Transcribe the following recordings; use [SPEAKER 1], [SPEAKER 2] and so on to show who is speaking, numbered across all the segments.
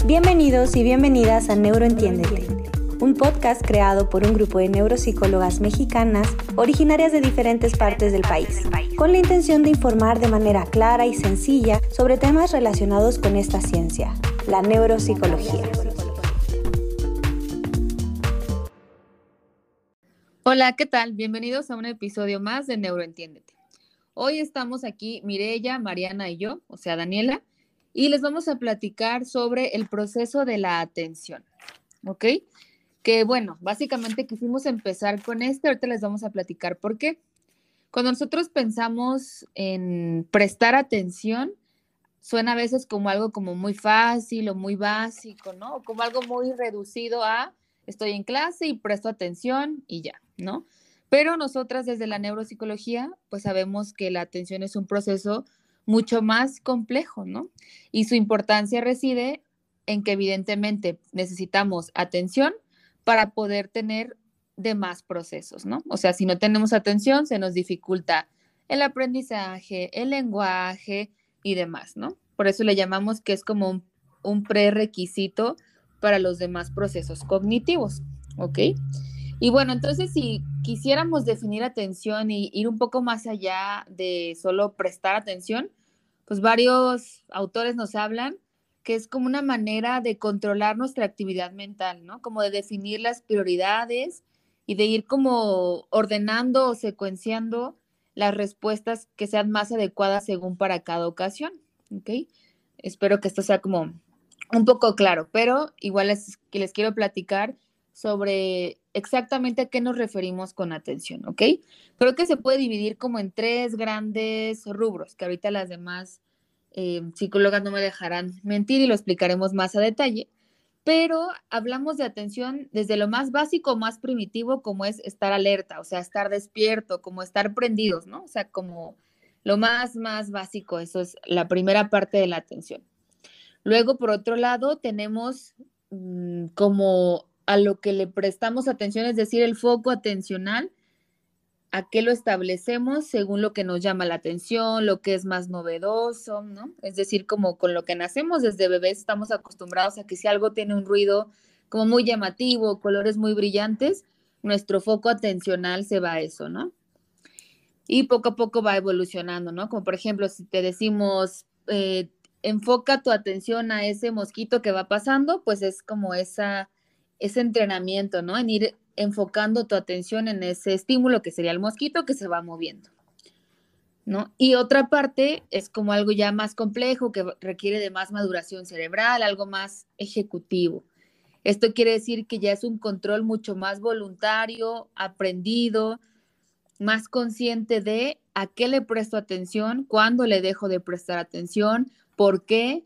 [SPEAKER 1] Bienvenidos y bienvenidas a Neuroentiéndete, un podcast creado por un grupo de neuropsicólogas mexicanas originarias de diferentes partes del país, con la intención de informar de manera clara y sencilla sobre temas relacionados con esta ciencia, la neuropsicología.
[SPEAKER 2] Hola, ¿qué tal? Bienvenidos a un episodio más de Neuroentiéndete. Hoy estamos aquí Mireya, Mariana y yo, o sea, Daniela, y les vamos a platicar sobre el proceso de la atención, ¿ok? Que bueno, básicamente quisimos empezar con ahorita les vamos a platicar por qué. Cuando nosotros pensamos en prestar atención, suena a veces como algo como muy fácil o muy básico, ¿no? O como algo muy reducido a estoy en clase y presto atención y ya, ¿no? Pero nosotras desde la neuropsicología, pues sabemos que la atención es un proceso mucho más complejo, ¿no? Y su importancia reside en que evidentemente necesitamos atención para poder tener demás procesos, ¿no? O sea, si no tenemos atención, se nos dificulta el aprendizaje, el lenguaje y demás, ¿no? Por eso le llamamos que es como un prerequisito para los demás procesos cognitivos, ¿ok? Y bueno, entonces si quisiéramos definir atención y ir un poco más allá de solo prestar atención, pues varios autores nos hablan que es como una manera de controlar nuestra actividad mental, ¿no? Como de definir las prioridades y de ir como ordenando o secuenciando las respuestas que sean más adecuadas según para cada ocasión, ¿ok? Espero que esto sea como un poco claro, pero igual les quiero platicar sobre exactamente a qué nos referimos con atención, ¿ok? Creo que se puede dividir como en tres grandes rubros, que ahorita las demás psicólogas no me dejarán mentir y lo explicaremos más a detalle, pero hablamos de atención desde lo más básico, más primitivo, como es estar alerta, o sea, estar despierto, como estar prendidos, ¿no? O sea, como lo más básico, eso es la primera parte de la atención. Luego, por otro lado, tenemos como a lo que le prestamos atención, es decir, el foco atencional, a qué lo establecemos según lo que nos llama la atención, lo que es más novedoso, ¿no? Es decir, como con lo que nacemos desde bebés estamos acostumbrados a que si algo tiene un ruido como muy llamativo, colores muy brillantes, nuestro foco atencional se va a eso, ¿no? Y poco a poco va evolucionando, ¿no? Como por ejemplo, si te decimos, enfoca tu atención a ese mosquito que va pasando, pues es como ese entrenamiento, ¿no? En ir enfocando tu atención en ese estímulo que sería el mosquito que se va moviendo, ¿no? Y otra parte es como algo ya más complejo que requiere de más maduración cerebral, algo más ejecutivo. Esto quiere decir que ya es un control mucho más voluntario, aprendido, más consciente de a qué le presto atención, cuándo le dejo de prestar atención, por qué,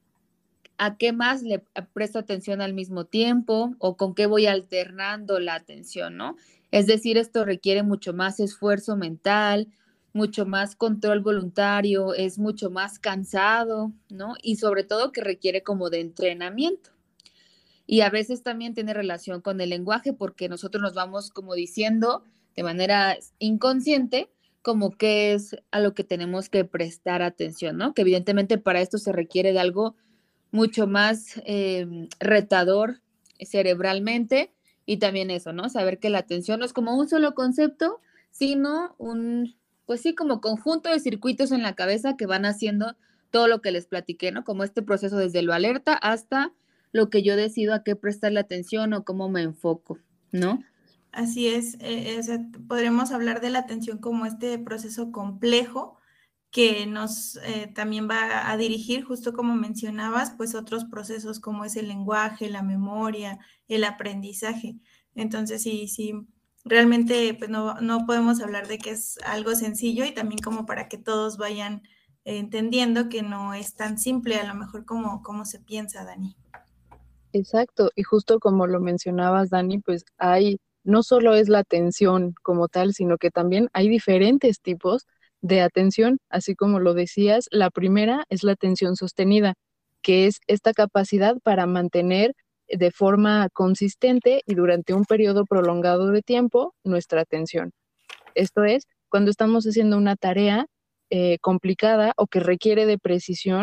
[SPEAKER 2] a qué más le presto atención al mismo tiempo o con qué voy alternando la atención, ¿no? Es decir, esto requiere mucho más esfuerzo mental, mucho más control voluntario, es mucho más cansado, ¿no? Y sobre todo que requiere como de entrenamiento. Y a veces también tiene relación con el lenguaje porque nosotros nos vamos como diciendo de manera inconsciente como que es a lo que tenemos que prestar atención, ¿no? Que evidentemente para esto se requiere de algo mucho más retador cerebralmente y también eso, ¿no? Saber que la atención no es como un solo concepto, sino pues sí, como conjunto de circuitos en la cabeza que van haciendo todo lo que les platiqué, ¿no? Como este proceso desde lo alerta hasta lo que yo decido a qué prestarle atención o cómo me enfoco, ¿no?
[SPEAKER 3] Así es, o sea, podremos hablar de la atención como este proceso complejo que nos también va a dirigir, justo como mencionabas, pues otros procesos como es el lenguaje, la memoria, el aprendizaje. Entonces, sí, realmente pues no podemos hablar de que es algo sencillo y también como para que todos vayan entendiendo que no es tan simple a lo mejor como se piensa, Dani.
[SPEAKER 4] Exacto, y justo como lo mencionabas, Dani, pues no solo es la atención como tal, sino que también hay diferentes tipos de atención, así como lo decías. La primera es la atención sostenida, que es esta capacidad para mantener de forma consistente y durante un periodo prolongado de tiempo nuestra atención. Esto es, cuando estamos haciendo una tarea complicada o que requiere de precisión,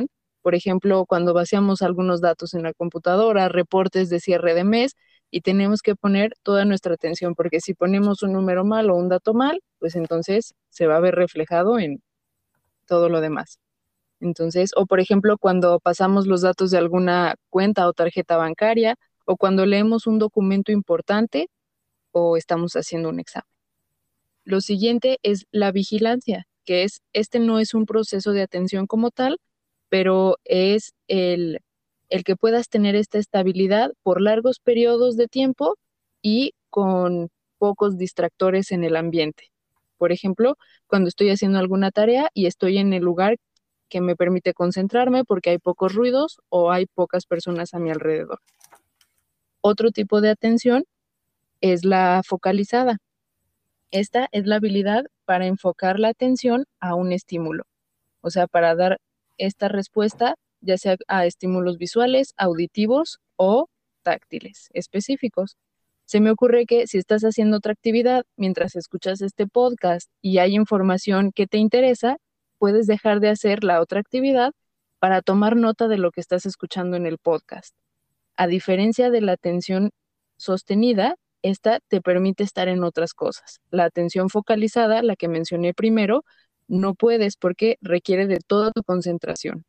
[SPEAKER 4] Por ejemplo, cuando vaciamos algunos datos en la computadora, reportes de cierre de mes, y tenemos que poner toda nuestra atención, porque si ponemos un número mal o un dato mal, pues entonces se va a ver reflejado en todo lo demás. Entonces, o por ejemplo, cuando pasamos los datos de alguna cuenta o tarjeta bancaria, o cuando leemos un documento importante o estamos haciendo un examen. Lo siguiente es la vigilancia, que este no es un proceso de atención como tal, pero es el que puedas tener esta estabilidad por largos periodos de tiempo y con pocos distractores en el ambiente. Por ejemplo, cuando estoy haciendo alguna tarea y estoy en el lugar que me permite concentrarme porque hay pocos ruidos o hay pocas personas a mi alrededor. Otro tipo de atención es la focalizada. Esta es la habilidad para enfocar la atención a un estímulo, o sea, para dar esta respuesta ya sea a estímulos visuales, auditivos o táctiles específicos. Se me ocurre que si estás haciendo otra actividad mientras escuchas este podcast y hay información que te interesa, puedes dejar de hacer la otra actividad para tomar nota de lo que estás escuchando en el podcast. A diferencia de la atención sostenida, esta te permite estar en otras cosas. La atención focalizada, la que mencioné primero, no puedes porque requiere de toda tu concentración.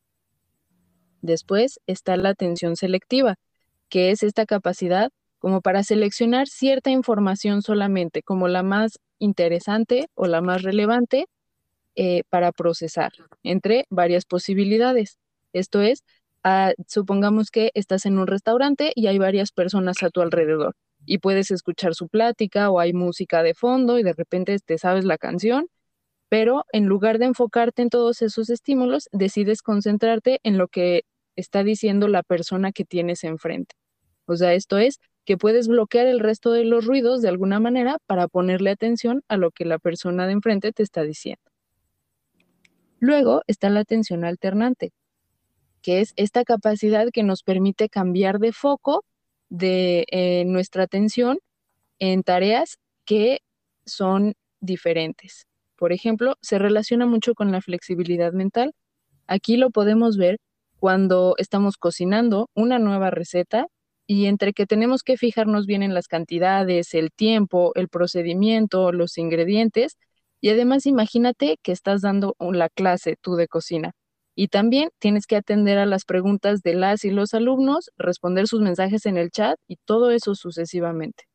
[SPEAKER 4] Después está la atención selectiva, que es esta capacidad como para seleccionar cierta información solamente, como la más interesante o la más relevante para procesar entre varias posibilidades. Esto es, supongamos que estás en un restaurante y hay varias personas a tu alrededor y puedes escuchar su plática o hay música de fondo y de repente te sabes la canción, pero en lugar de enfocarte en todos esos estímulos, decides concentrarte en lo que está diciendo la persona que tienes enfrente. O sea, esto es que puedes bloquear el resto de los ruidos de alguna manera para ponerle atención a lo que la persona de enfrente te está diciendo. Luego está la atención alternante, que es esta capacidad que nos permite cambiar de foco de nuestra atención en tareas que son diferentes. Por ejemplo, se relaciona mucho con la flexibilidad mental. Aquí lo podemos ver cuando estamos cocinando una nueva receta y entre que tenemos que fijarnos bien en las cantidades, el tiempo, el procedimiento, los ingredientes, y además imagínate que estás dando la clase tú de cocina. Y también tienes que atender a las preguntas de las y los alumnos, responder sus mensajes en el chat y todo eso sucesivamente.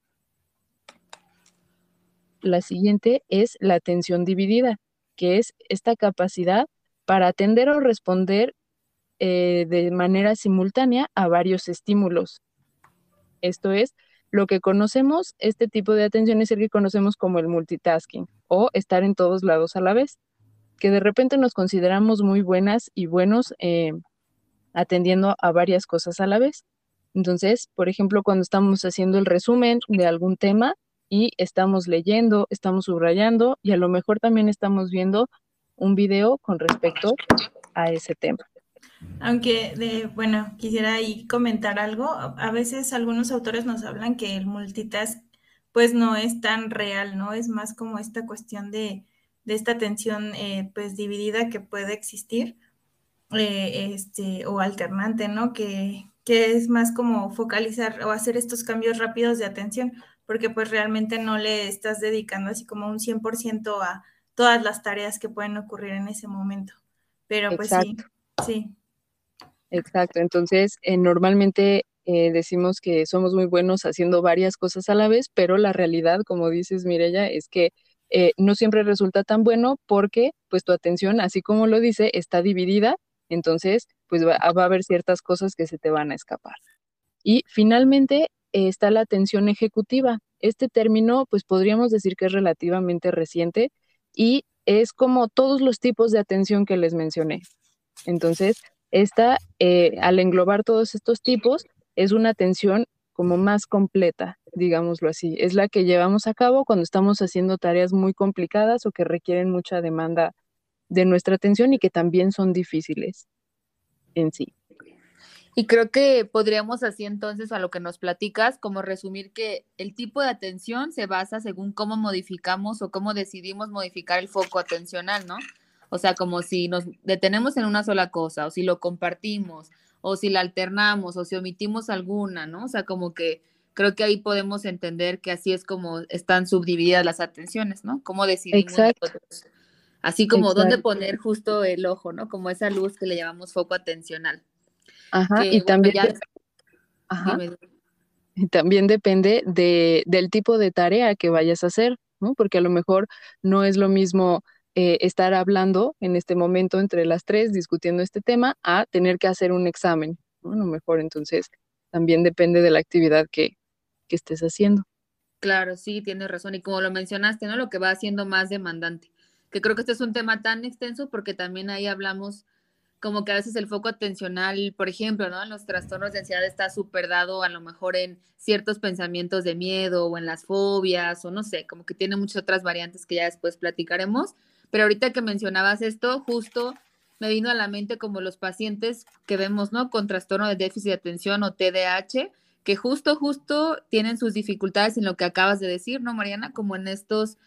[SPEAKER 4] La siguiente es la atención dividida, que es esta capacidad para atender o responder de manera simultánea a varios estímulos. Esto es lo que conocemos, este tipo de atención es el que conocemos como el multitasking o estar en todos lados a la vez, que de repente nos consideramos muy buenas y buenos atendiendo a varias cosas a la vez. Entonces, por ejemplo, cuando estamos haciendo el resumen de algún tema y estamos leyendo, estamos subrayando y a lo mejor también estamos viendo un video con respecto a ese tema.
[SPEAKER 3] Aunque, bueno, quisiera ahí comentar algo. A veces algunos autores nos hablan que el multitask pues no es tan real, ¿no? Es más como esta cuestión de esta atención pues dividida que puede existir o alternante, ¿no? Que es más como focalizar o hacer estos cambios rápidos de atención, porque pues realmente no le estás dedicando así como un 100% a todas las tareas que pueden ocurrir en ese momento. Pero pues
[SPEAKER 4] Exacto.
[SPEAKER 3] sí.
[SPEAKER 4] Exacto, entonces normalmente decimos que somos muy buenos haciendo varias cosas a la vez, pero la realidad, como dices Mireya, es que no siempre resulta tan bueno porque pues tu atención, así como lo dice, está dividida, entonces pues va a haber ciertas cosas que se te van a escapar. Y finalmente está la atención ejecutiva. Este término pues podríamos decir que es relativamente reciente y es como todos los tipos de atención que les mencioné. Entonces, al englobar todos estos tipos, es una atención como más completa, digámoslo así. Es la que llevamos a cabo cuando estamos haciendo tareas muy complicadas o que requieren mucha demanda de nuestra atención y que también son difíciles en sí.
[SPEAKER 2] Y creo que podríamos así entonces a lo que nos platicas, como resumir que el tipo de atención se basa según cómo modificamos o cómo decidimos modificar el foco atencional, ¿no? O sea, como si nos detenemos en una sola cosa, o si lo compartimos, o si la alternamos, o si omitimos alguna, ¿no? O sea, como que creo que ahí podemos entender que así es como están subdivididas las atenciones, ¿no? Cómo decidimos
[SPEAKER 4] Exacto,
[SPEAKER 2] nosotros. Así como dónde
[SPEAKER 4] exacto.
[SPEAKER 2] poner justo el ojo, ¿no? Como esa luz que le llamamos foco atencional.
[SPEAKER 4] Ajá,
[SPEAKER 2] Que
[SPEAKER 4] y
[SPEAKER 2] bueno,
[SPEAKER 4] también,
[SPEAKER 2] ya,
[SPEAKER 4] ajá,
[SPEAKER 2] dime.
[SPEAKER 4] y también depende del tipo de tarea que vayas a hacer, ¿no? Porque a lo mejor no es lo mismo estar hablando en este momento entre las tres, discutiendo este tema, a tener que hacer un examen, ¿no? A lo mejor entonces también depende de la actividad que estés haciendo.
[SPEAKER 2] Claro, sí, tienes razón. Y como lo mencionaste, ¿no? Lo que va haciendo más demandante. Que creo que este es un tema tan extenso porque también ahí hablamos como que a veces el foco atencional, por ejemplo, ¿no? En los trastornos de ansiedad está súper dado a lo mejor en ciertos pensamientos de miedo o en las fobias o no sé, como que tiene muchas otras variantes que ya después platicaremos. Pero ahorita que mencionabas esto, justo me vino a la mente como los pacientes que vemos, ¿no? Con trastorno de déficit de atención o TDAH, que justo tienen sus dificultades en lo que acabas de decir, ¿no, Mariana? Como en estos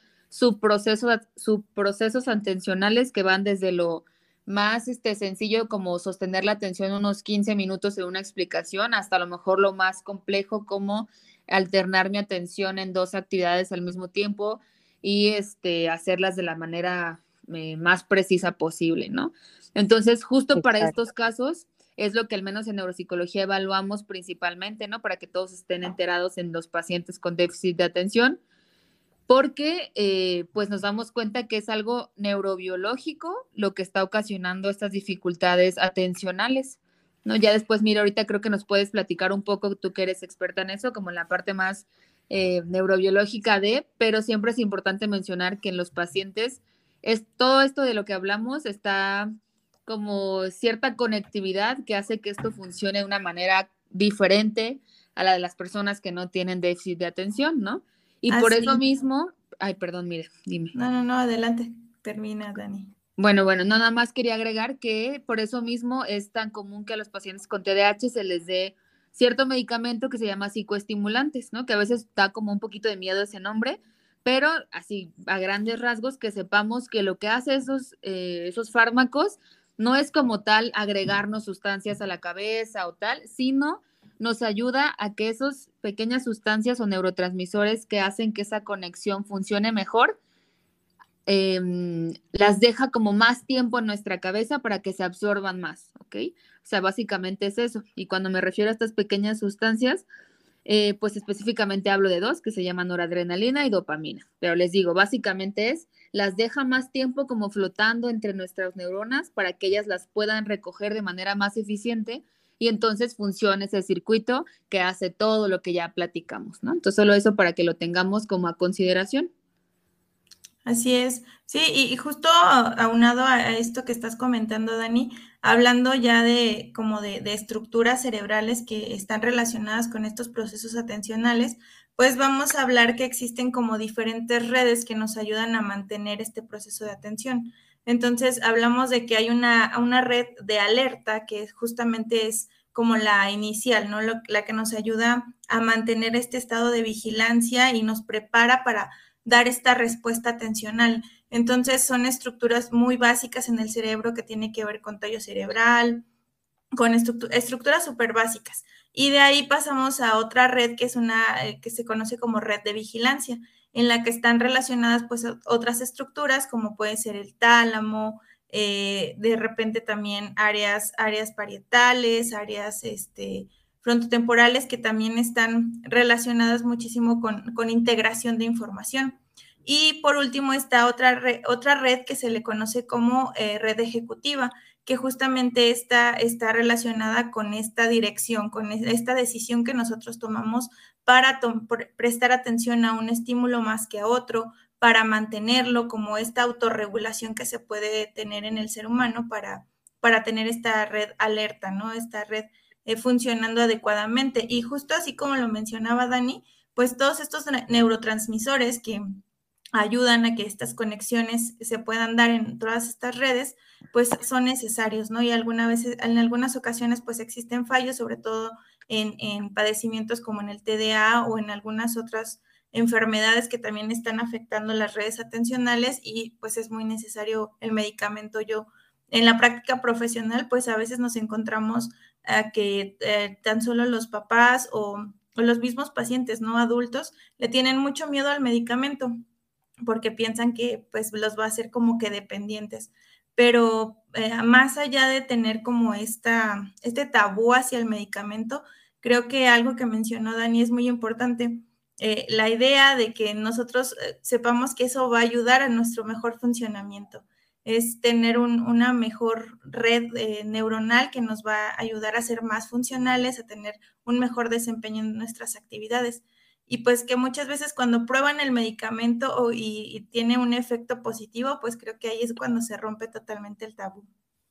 [SPEAKER 2] subprocesos atencionales que van desde lo más sencillo como sostener la atención unos 15 minutos en una explicación, hasta a lo mejor lo más complejo como alternar mi atención en dos actividades al mismo tiempo y hacerlas de la manera más precisa posible, ¿no? Entonces, justo para
[SPEAKER 4] Exacto.
[SPEAKER 2] estos casos es lo que al menos en neuropsicología evaluamos principalmente, ¿no? Para que todos estén enterados en los pacientes con déficit de atención porque pues nos damos cuenta que es algo neurobiológico lo que está ocasionando estas dificultades atencionales, ¿no? Ya después, mira, ahorita creo que nos puedes platicar un poco, tú que eres experta en eso, como en la parte más neurobiológica pero siempre es importante mencionar que en los pacientes es todo esto de lo que hablamos está como cierta conectividad que hace que esto funcione de una manera diferente a la de las personas que no tienen déficit de atención, ¿no? Y por eso
[SPEAKER 3] Así.
[SPEAKER 2] mismo, ay, perdón, mire, dime.
[SPEAKER 3] No, adelante. Termina, Dani.
[SPEAKER 2] Bueno, nada más quería agregar que por eso mismo es tan común que a los pacientes con TDAH se les dé cierto medicamento que se llama psicoestimulantes, ¿no? Que a veces da como un poquito de miedo ese nombre, pero así a grandes rasgos que sepamos que lo que hace esos fármacos no es como tal agregarnos sustancias a la cabeza o tal, sino nos ayuda a que esas pequeñas sustancias o neurotransmisores que hacen que esa conexión funcione mejor las deja como más tiempo en nuestra cabeza para que se absorban más, ¿ok? O sea, básicamente es eso. Y cuando me refiero a estas pequeñas sustancias, pues específicamente hablo de dos que se llaman noradrenalina y dopamina. Pero les digo, básicamente las deja más tiempo como flotando entre nuestras neuronas para que ellas las puedan recoger de manera más eficiente y entonces funcione ese circuito que hace todo lo que ya platicamos, ¿no? Entonces, solo eso para que lo tengamos como a consideración.
[SPEAKER 3] Así es. Sí, y justo aunado a esto que estás comentando, Dani, hablando ya de como de estructuras cerebrales que están relacionadas con estos procesos atencionales, pues vamos a hablar que existen como diferentes redes que nos ayudan a mantener este proceso de atención. Entonces, hablamos de que hay una red de alerta que justamente es como la inicial, ¿no? La que nos ayuda a mantener este estado de vigilancia y nos prepara para dar esta respuesta atencional. Entonces son estructuras muy básicas en el cerebro que tiene que ver con tallo cerebral, con estructuras súper básicas. Y de ahí pasamos a otra red que es una que se conoce como red de vigilancia, en la que están relacionadas pues otras estructuras como puede ser el tálamo, de repente también áreas parietales, áreas frontotemporales que también están relacionadas muchísimo con integración de información. Y por último está otra red que se le conoce como red ejecutiva, que justamente está relacionada con esta dirección, con esta decisión que nosotros tomamos para prestar atención a un estímulo más que a otro, para mantenerlo, como esta autorregulación que se puede tener en el ser humano para tener esta red alerta, ¿no? Esta red funcionando adecuadamente. Y justo así como lo mencionaba Dani, pues todos estos neurotransmisores que ayudan a que estas conexiones se puedan dar en todas estas redes, pues son necesarios, ¿no? Y en algunas ocasiones, pues existen fallos, sobre todo en padecimientos como en el TDA o en algunas otras enfermedades que también están afectando las redes atencionales y pues es muy necesario el medicamento. Yo en la práctica profesional pues a veces nos encontramos que tan solo los papás o los mismos pacientes, ¿no? Adultos, le tienen mucho miedo al medicamento porque piensan que pues los va a hacer como que dependientes. Pero más allá de tener como este tabú hacia el medicamento, creo que algo que mencionó Dani es muy importante. La idea de que nosotros sepamos que eso va a ayudar a nuestro mejor funcionamiento. Es tener una mejor red neuronal que nos va a ayudar a ser más funcionales, a tener un mejor desempeño en nuestras actividades. Y pues que muchas veces cuando prueban el medicamento y tiene un efecto positivo, pues creo que ahí es cuando se rompe totalmente el tabú.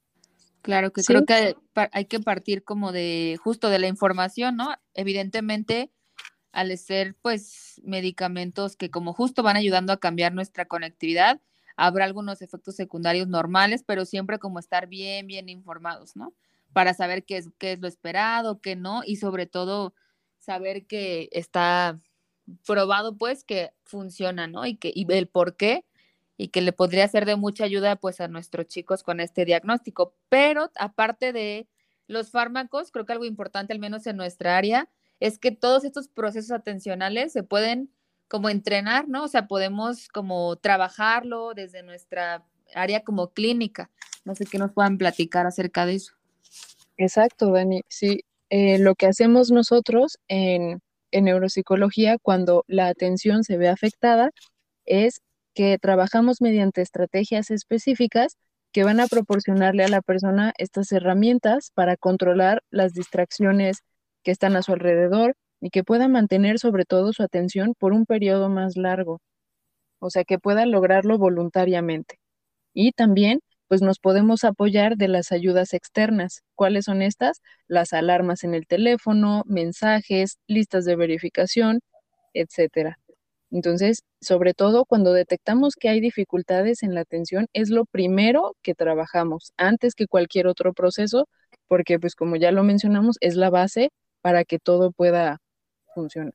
[SPEAKER 2] Claro que sí. Creo que hay que partir como de justo de la información, ¿no? Evidentemente, al ser pues medicamentos que como justo van ayudando a cambiar nuestra conectividad, habrá algunos efectos secundarios normales, pero siempre como estar bien informados, ¿no? Para saber qué es lo esperado, qué no, y sobre todo saber que está probado pues que funciona, ¿no? Y el por qué, y que le podría ser de mucha ayuda pues a nuestros chicos con este diagnóstico. Pero aparte de los fármacos, creo que algo importante, al menos en nuestra área, es que todos estos procesos atencionales se pueden como entrenar, ¿no? O sea, podemos como trabajarlo desde nuestra área como clínica. No sé qué nos puedan platicar acerca de eso.
[SPEAKER 4] Exacto, Dani. Sí, lo que hacemos nosotros en neuropsicología cuando la atención se ve afectada es que trabajamos mediante estrategias específicas que van a proporcionarle a la persona estas herramientas para controlar las distracciones que están a su alrededor y que pueda mantener sobre todo su atención por un periodo más largo, o sea, que pueda lograrlo voluntariamente. Y también, pues nos podemos apoyar de las ayudas externas. ¿Cuáles son estas? Las alarmas en el teléfono, mensajes, listas de verificación, etcétera. Entonces, sobre todo cuando detectamos que hay dificultades en la atención, es lo primero que trabajamos antes que cualquier otro proceso, porque pues como ya lo mencionamos, es la base para que todo pueda funcionar.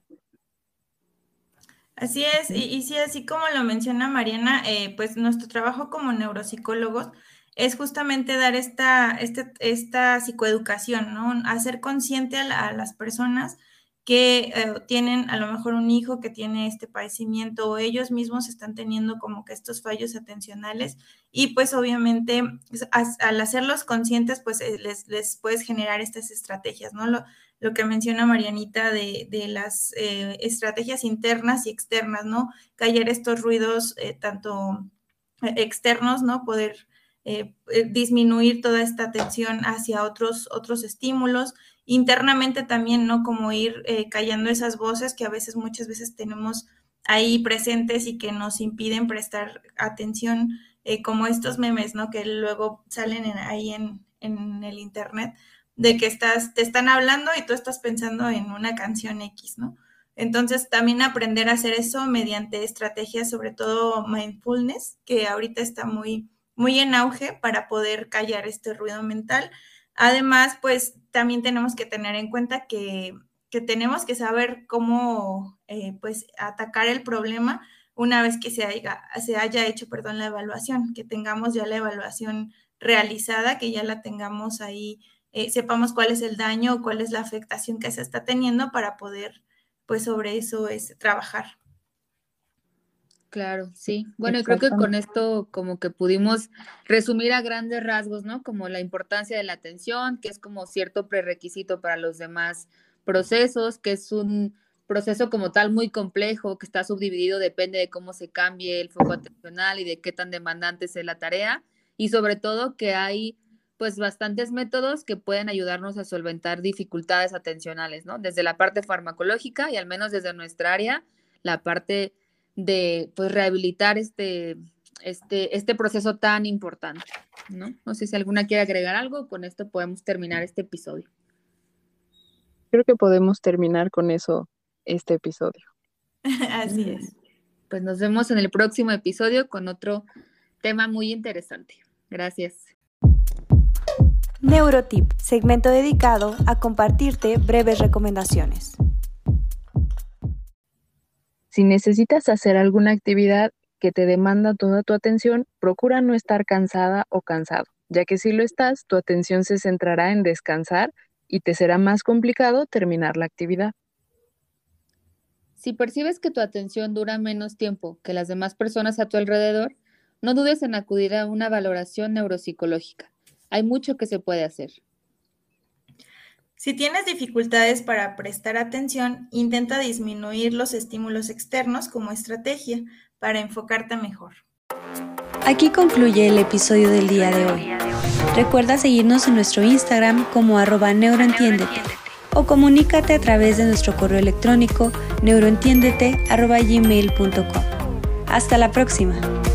[SPEAKER 3] Así es, y sí, así como lo menciona Mariana, pues nuestro trabajo como neuropsicólogos es justamente dar esta psicoeducación, ¿no? Hacer consciente a las personas que tienen a lo mejor un hijo que tiene este padecimiento o ellos mismos están teniendo como que estos fallos atencionales y pues obviamente al hacerlos conscientes pues les puedes generar estas estrategias, ¿no? Lo que menciona Marianita de las estrategias internas y externas, ¿no? Callar estos ruidos tanto externos, ¿no? Poder disminuir toda esta atención hacia otros estímulos. Internamente también, ¿no? Como ir callando esas voces que muchas veces tenemos ahí presentes y que nos impiden prestar atención, como estos memes, ¿no? Que luego salen ahí en el internet, de que te están hablando y tú estás pensando en una canción X, ¿no? Entonces, también aprender a hacer eso mediante estrategias, sobre todo mindfulness, que ahorita está muy en auge para poder callar este ruido mental. Además, pues también tenemos que tener en cuenta que tenemos que saber cómo pues atacar el problema una vez que se haya hecho, la evaluación, que tengamos ya la evaluación realizada, que ya la tengamos ahí, sepamos cuál es el daño o cuál es la afectación que se está teniendo para poder, pues sobre eso trabajar.
[SPEAKER 2] Claro, sí. Bueno, creo que con esto como que pudimos resumir a grandes rasgos, ¿no? Como la importancia de la atención, que es como cierto prerequisito para los demás procesos, que es un proceso como tal muy complejo, que está subdividido, depende de cómo se cambie el foco atencional y de qué tan demandante sea la tarea, y sobre todo que hay pues bastantes métodos que pueden ayudarnos a solventar dificultades atencionales, ¿no? Desde la parte farmacológica y al menos desde nuestra área, la parte de pues rehabilitar este proceso tan importante, ¿no? No sé si alguna quiere agregar algo, con esto podemos terminar este episodio.
[SPEAKER 4] Creo que podemos terminar con eso este episodio.
[SPEAKER 3] Así es.
[SPEAKER 2] Pues nos vemos en el próximo episodio con otro tema muy interesante. Gracias.
[SPEAKER 1] Neurotip, segmento dedicado a compartirte breves recomendaciones.
[SPEAKER 4] Si necesitas hacer alguna actividad que te demanda toda tu atención, procura no estar cansada o cansado, ya que si lo estás, tu atención se centrará en descansar y te será más complicado terminar la actividad.
[SPEAKER 2] Si percibes que tu atención dura menos tiempo que las demás personas a tu alrededor, no dudes en acudir a una valoración neuropsicológica. Hay mucho que se puede hacer.
[SPEAKER 3] Si tienes dificultades para prestar atención, intenta disminuir los estímulos externos como estrategia para enfocarte mejor.
[SPEAKER 1] Aquí concluye el episodio del día de hoy. Recuerda seguirnos en nuestro Instagram como @neuroentiéndete o comunícate a través de nuestro correo electrónico neuroentiendete@gmail.com. Hasta la próxima.